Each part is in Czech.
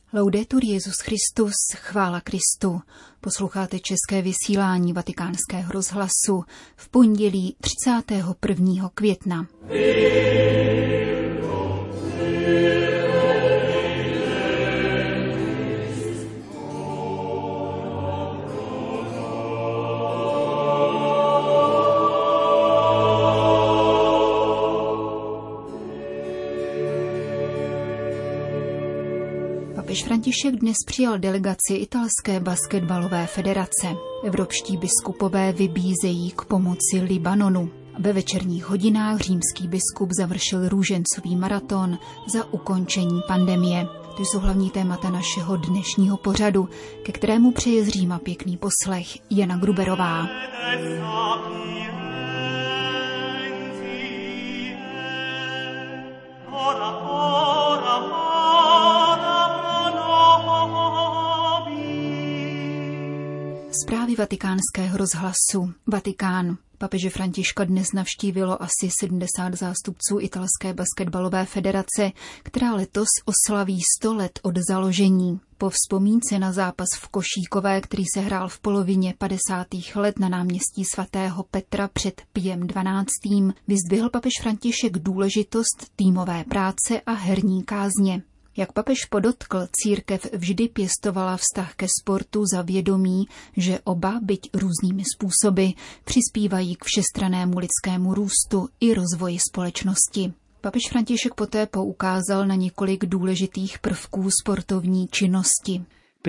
Laudetur Jesus Christus, chvála Kristu. Posloucháte české vysílání Vatikánského rozhlasu v pondělí 31. května. Papež František dnes přijal delegaci italské basketbalové federace. Evropští biskupové vybízejí k pomoci Libanonu. Ve večerních hodinách římský biskup završil růžencový maraton za ukončení pandemie. To jsou hlavní témata našeho dnešního pořadu, ke kterému přeje z Říma pěkný poslech Jana Gruberová. Zprávy Vatikánského rozhlasu. Vatikán. Papeže Františka dnes navštívilo asi 70 zástupců italské basketbalové federace, která letos oslaví 100 let od založení. Po vzpomínce na zápas v Košíkové, který se hrál v polovině 50. let na náměstí svatého Petra před Piem XII., vyzdvihl papež František důležitost týmové práce a herní kázně. Jak papež podotkl, církev vždy pěstovala vztah ke sportu za vědomí, že oba, byť různými způsoby, přispívají k všestrannému lidskému růstu i rozvoji společnosti. Papež František poté poukázal na několik důležitých prvků sportovní činnosti.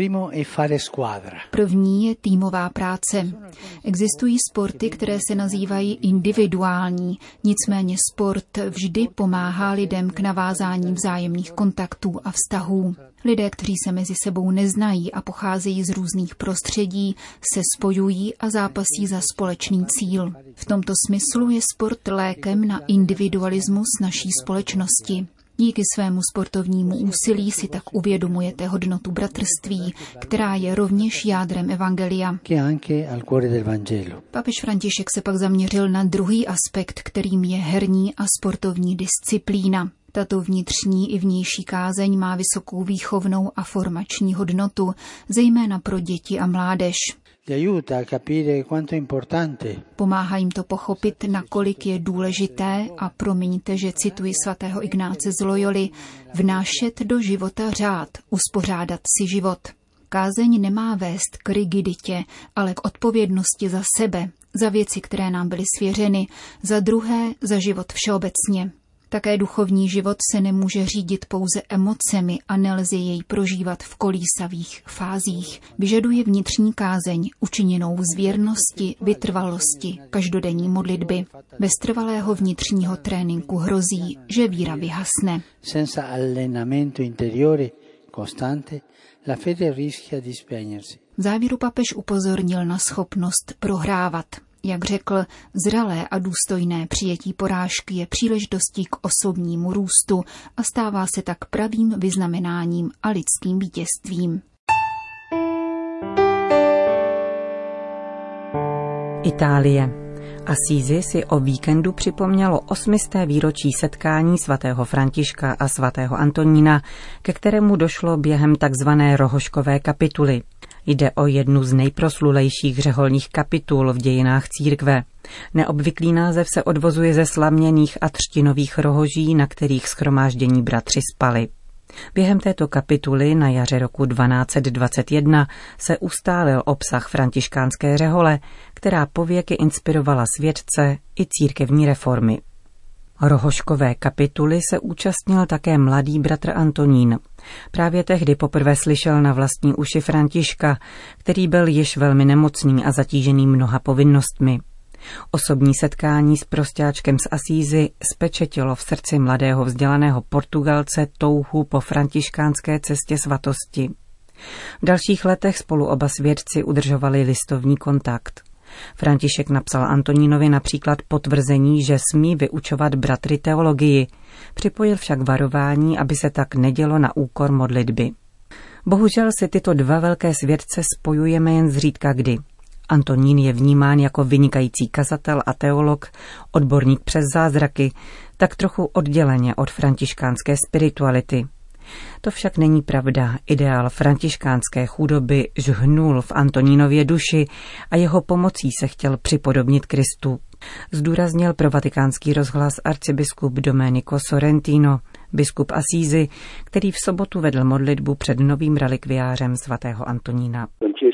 První je týmová práce. Existují sporty, které se nazývají individuální, nicméně sport vždy pomáhá lidem k navázání vzájemných kontaktů a vztahů. Lidé, kteří se mezi sebou neznají a pocházejí z různých prostředí, se spojují a zápasí za společný cíl. V tomto smyslu je sport lékem na individualismus naší společnosti. Díky svému sportovnímu úsilí si tak uvědomujete hodnotu bratrství, která je rovněž jádrem evangelia. Papež František se pak zaměřil na druhý aspekt, kterým je herní a sportovní disciplína. Tato vnitřní i vnější kázeň má vysokou výchovnou a formační hodnotu, zejména pro děti a mládež. Pomáhá jim to pochopit, nakolik je důležité, a promiňte, že cituji svatého Ignáce z Loyoly, vnášet do života řád, uspořádat si život. Kázeň nemá vést k rigiditě, ale k odpovědnosti za sebe, za věci, které nám byly svěřeny, za druhé, za život všeobecně. Také duchovní život se nemůže řídit pouze emocemi a nelze jej prožívat v kolísavých fázích. Vyžaduje vnitřní kázeň, učiněnou z věrnosti, vytrvalosti, každodenní modlitby. Bez trvalého vnitřního tréninku hrozí, že víra vyhasne. V závěru papež upozornil na schopnost prohrávat. Jak řekl, zralé a důstojné přijetí porážky je příležitostí k osobnímu růstu a stává se tak pravým vyznamenáním a lidským vítězstvím. Itálie. Assisi si o víkendu připomnělo 800. výročí setkání svatého Františka a svatého Antonína, ke kterému došlo během takzvané rohoškové kapituly. Jde o jednu z nejproslulejších řeholních kapitul v dějinách církve. Neobvyklý název se odvozuje ze slaměných a třtinových rohoží, na kterých shromáždění bratři spali. Během této kapituly na jaře roku 1221 se ustálil obsah františkánské řehole, která pověky inspirovala světce i církevní reformy. Rohoškové kapituly se účastnil také mladý bratr Antonín. Právě tehdy poprvé slyšel na vlastní uši Františka, který byl již velmi nemocný a zatížený mnoha povinnostmi. Osobní setkání s prostáčkem z Assisi spečetilo v srdci mladého vzdělaného Portugalce touhu po františkánské cestě svatosti. V dalších letech spolu oba svědci udržovali listovní kontakt. František napsal Antonínovi například potvrzení, že smí vyučovat bratry teologii. Připojil však varování, aby se tak nedělo na úkor modlitby. Bohužel si tyto dva velké svědce spojujeme jen zřídka kdy. Antonín je vnímán jako vynikající kazatel a teolog, odborník přes zázraky, tak trochu odděleně od františkánské spirituality. To však není pravda. Ideál františkánské chudoby žhnul v Antonínově duši a jeho pomocí se chtěl připodobnit Kristu. Zdůraznil pro Vatikánský rozhlas arcibiskup Domenico Sorrentino, biskup Assisi, který v sobotu vedl modlitbu před novým relikviářem svatého Antonína.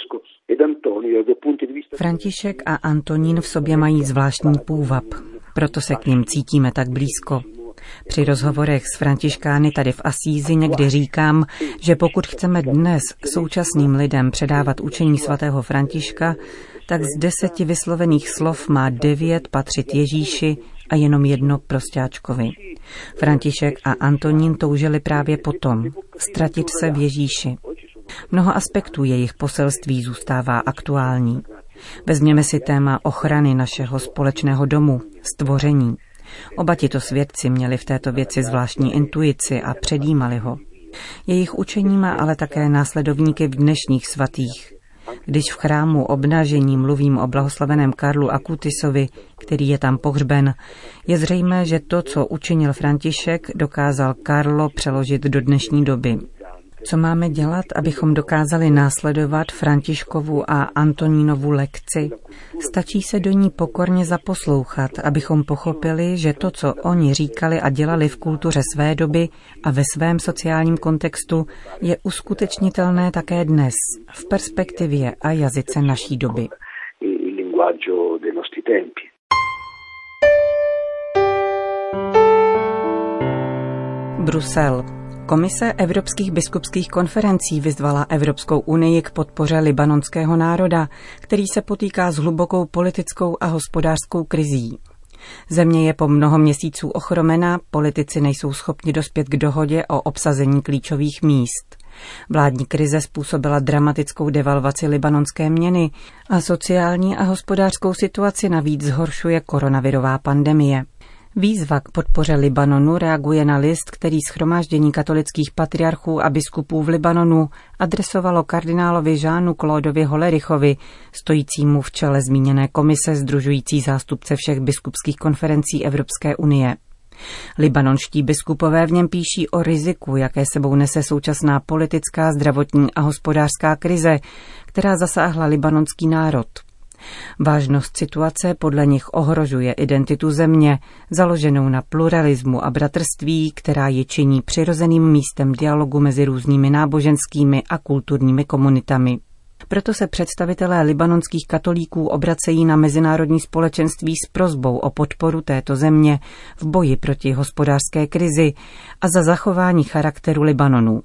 František a Antonín v sobě mají zvláštní půvab, proto se k nim cítíme tak blízko. Při rozhovorech s františkány tady v Assisi někdy říkám, že pokud chceme dnes současným lidem předávat učení svatého Františka, tak z 10 vyslovených slov má 9 patřit Ježíši a jenom 1 prosťáčkovi. František a Antonín toužili právě potom ztratit se v Ježíši. Mnoho aspektů jejich poselství zůstává aktuální. Vezměme si téma ochrany našeho společného domu, stvoření. Oba tito svědci měli v této věci zvláštní intuici a předjímali ho. Jejich učení má ale také následovníky v dnešních svatých. Když v chrámu obnažení mluvím o blahoslaveném Karlu Akutisovi, který je tam pohřben, je zřejmé, že to, co učinil František, dokázal Karlo přeložit do dnešní doby. Co máme dělat, abychom dokázali následovat Františkovu a Antonínovu lekci? Stačí se do ní pokorně zaposlouchat, abychom pochopili, že to, co oni říkali a dělali v kultuře své doby a ve svém sociálním kontextu, je uskutečnitelné také dnes, v perspektivě a jazyce naší doby. Brusel. Komise Evropských biskupských konferencí vyzvala Evropskou unii k podpoře libanonského národa, který se potýká s hlubokou politickou a hospodářskou krizí. Země je po mnoho měsíců ochromena, politici nejsou schopni dospět k dohodě o obsazení klíčových míst. Vládní krize způsobila dramatickou devalvaci libanonské měny a sociální a hospodářskou situaci navíc zhoršuje koronavirová pandemie. Výzva k podpoře Libanonu reaguje na list, který shromáždění katolických patriarchů a biskupů v Libanonu adresovalo kardinálovi Jeanu Claudovi Hollerichovi, stojícímu v čele zmíněné komise sdružující zástupce všech biskupských konferencí Evropské unie. Libanonští biskupové v něm píší o riziku, jaké sebou nese současná politická, zdravotní a hospodářská krize, která zasáhla libanonský národ. Vážnost situace podle nich ohrožuje identitu země, založenou na pluralismu a bratrství, která ji činí přirozeným místem dialogu mezi různými náboženskými a kulturními komunitami. Proto se představitelé libanonských katolíků obracejí na mezinárodní společenství s prosbou o podporu této země v boji proti hospodářské krizi a za zachování charakteru Libanonu.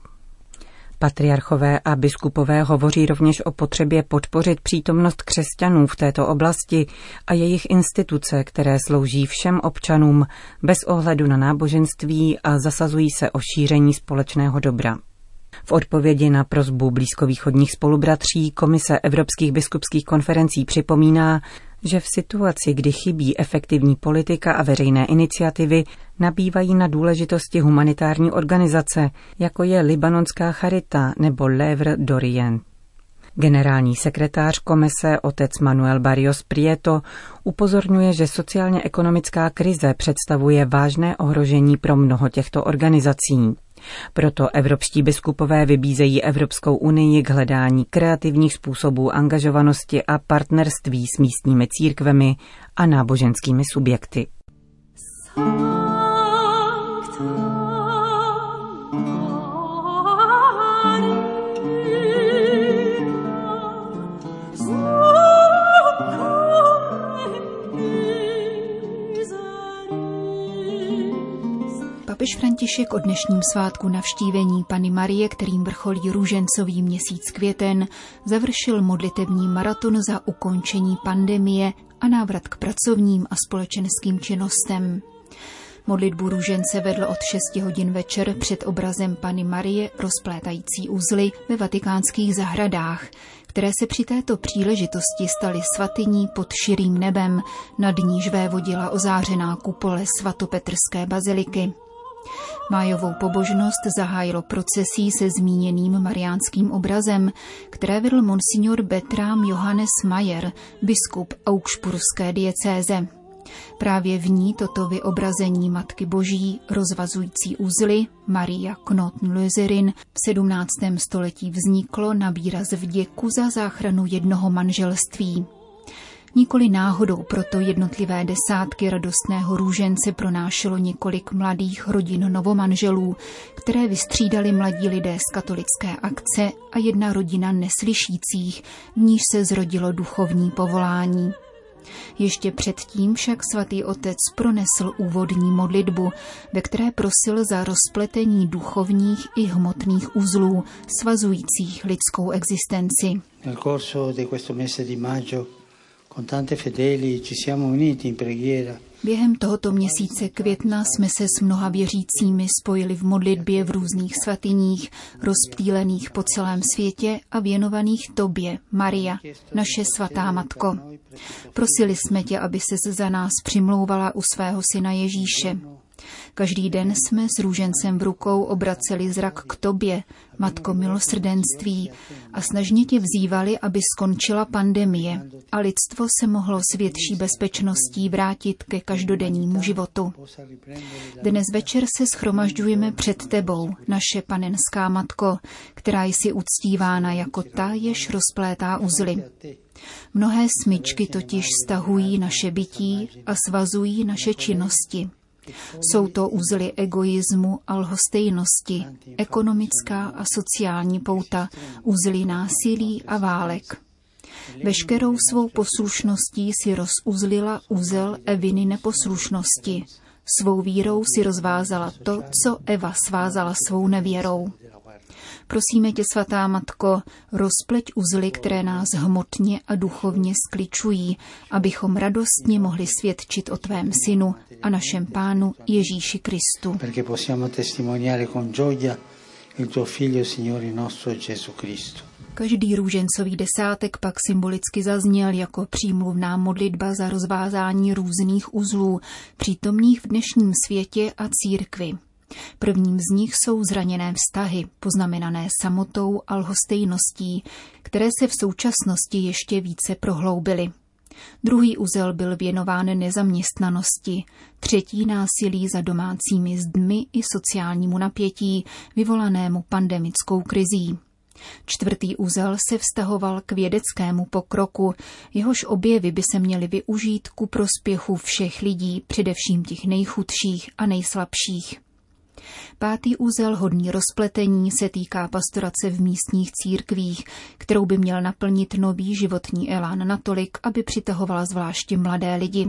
Patriarchové a biskupové hovoří rovněž o potřebě podpořit přítomnost křesťanů v této oblasti a jejich instituce, které slouží všem občanům bez ohledu na náboženství a zasazují se o šíření společného dobra. V odpovědi na prosbu blízkovýchodních spolubratří Komise Evropských biskupských konferencí připomíná, že v situaci, kdy chybí efektivní politika a veřejné iniciativy, nabývají na důležitosti humanitární organizace, jako je libanonská Charita nebo L'Œuvre d'Orient. Generální sekretář komise otec Manuel Barrios Prieto upozorňuje, že sociálně-ekonomická krize představuje vážné ohrožení pro mnoho těchto organizací. Proto evropští biskupové vybízejí Evropskou unii k hledání kreativních způsobů angažovanosti a partnerství s místními církvemi a náboženskými subjekty. Papež František o dnešním svátku navštívení Panny Marie, kterým vrcholí růžencový měsíc květen, završil modlitební maraton za ukončení pandemie a návrat k pracovním a společenským činnostem. Modlitbu růžence vedl od 6 hodin večer před obrazem Panny Marie rozplétající uzly ve vatikánských zahradách, které se při této příležitosti staly svatyní pod širým nebem, nad níž vévodila ozářená kupole svatopetrské baziliky. Májovou pobožnost zahájilo procesí se zmíněným mariánským obrazem, které vedl monsignor Bertram Johannes Mayer, biskup augsburské diecéze. Právě v ní toto vyobrazení Matky Boží, rozvazující uzly, Maria Knotenlöserin, v 17. století vzniklo na výraz vděku za záchranu jednoho manželství. Nikoli náhodou proto jednotlivé desátky radostného růžence pronášelo několik mladých rodin novomanželů, které vystřídali mladí lidé z katolické akce a jedna rodina neslyšících, v níž se zrodilo duchovní povolání. Ještě předtím však svatý otec pronesl úvodní modlitbu, ve které prosil za rozpletení duchovních i hmotných uzlů, svazujících lidskou existenci. Nel corso di questo mese di maggio con tanti fedeli ci siamo uniti in preghiera. Během tohoto měsíce května jsme se s mnoha věřícími spojili v modlitbě v různých svatyních, rozptýlených po celém světě a věnovaných tobě, Maria, naše svatá matko. Prosili jsme tě, aby ses za nás přimlouvala u svého syna Ježíše. Každý den jsme s růžencem v rukou obraceli zrak k tobě, Matko milosrdenství, a snažně tě vzývali, aby skončila pandemie a lidstvo se mohlo s větší bezpečností vrátit ke každodennímu životu. Dnes večer se shromažďujeme před tebou, naše panenská matko, která jsi uctívána jako ta, jež rozplétá uzly. Mnohé smyčky totiž stahují naše bytí a svazují naše činnosti. Jsou to uzly egoismu a lhostejnosti, ekonomická a sociální pouta, uzly násilí a válek. Veškerou svou poslušností si rozuzlila uzel Eviny neposlušnosti. Svou vírou si rozvázala to, co Eva svázala svou nevěrou. Prosíme tě, svatá matko, rozpleť uzly, které nás hmotně a duchovně skličují, abychom radostně mohli svědčit o tvém synu a našem Pánu Ježíši Kristu. Perché possiamo testimoniare con gioia il tuo figlio, Signore nostro Gesù Cristo. Každý růžencový desátek pak symbolicky zazněl jako přímluvná modlitba za rozvázání různých uzlů, přítomných v dnešním světě a církvi. Prvním z nich jsou zraněné vztahy, poznamenané samotou a lhostejností, které se v současnosti ještě více prohloubily. Druhý uzel byl věnován nezaměstnanosti, třetí násilí za domácími zdmi i sociálnímu napětí, vyvolanému pandemickou krizí. Čtvrtý uzel se vztahoval k vědeckému pokroku, jehož objevy by se měly využít ku prospěchu všech lidí, především těch nejchudších a nejslabších. Pátý úzel hodný rozpletení se týká pastorace v místních církvích, kterou by měl naplnit nový životní elán natolik, aby přitahovala zvláště mladé lidi.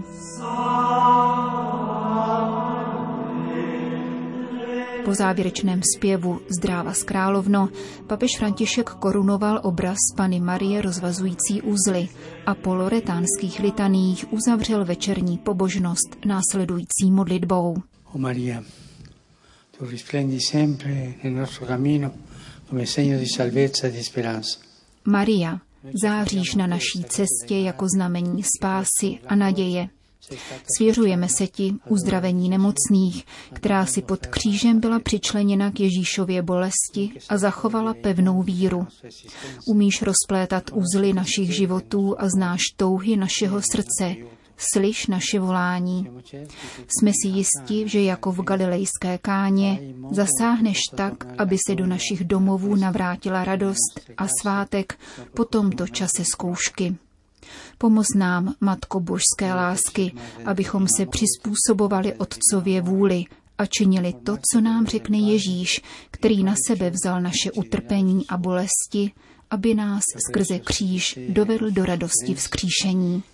Po závěrečném zpěvu Zdráva královno papež František korunoval obraz Panny Marie rozvazující uzly a po loretánských litaních uzavřel večerní pobožnost následující modlitbou. O Maria, tu risplendi sempre nel nostro cammino come segno di salvezza e di speranza. Maria, záříš na naší cestě jako znamení spásy a naděje. Svěřujeme se ti uzdravení nemocných, která si pod křížem byla přičleněna k Ježíšově bolesti a zachovala pevnou víru. Umíš rozplétat uzly našich životů a znáš touhy našeho srdce. Slyš naše volání. Jsme si jisti, že jako v galilejské Káně zasáhneš tak, aby se do našich domovů navrátila radost a svátek po tomto čase zkoušky. Pomoz nám, Matko božské lásky, abychom se přizpůsobovali Otcově vůli a činili to, co nám řekne Ježíš, který na sebe vzal naše utrpení a bolesti, aby nás skrze kříž dovedl do radosti vzkříšení.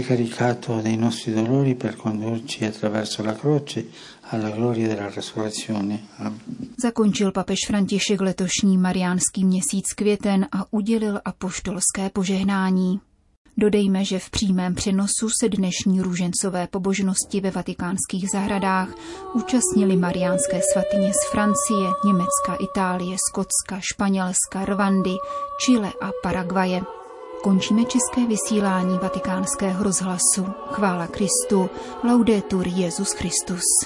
Zakončil papež František letošní mariánský měsíc květen a udělil apoštolské požehnání. Dodejme, že v přímém přenosu se dnešní růžencové pobožnosti ve vatikánských zahradách účastnili mariánské svatyně z Francie, Německa, Itálie, Skotska, Španělska, Rwandy, Chile a Paraguaje. Končíme české vysílání Vatikánského rozhlasu. Chvála Kristu, laudetur Jesus Christus.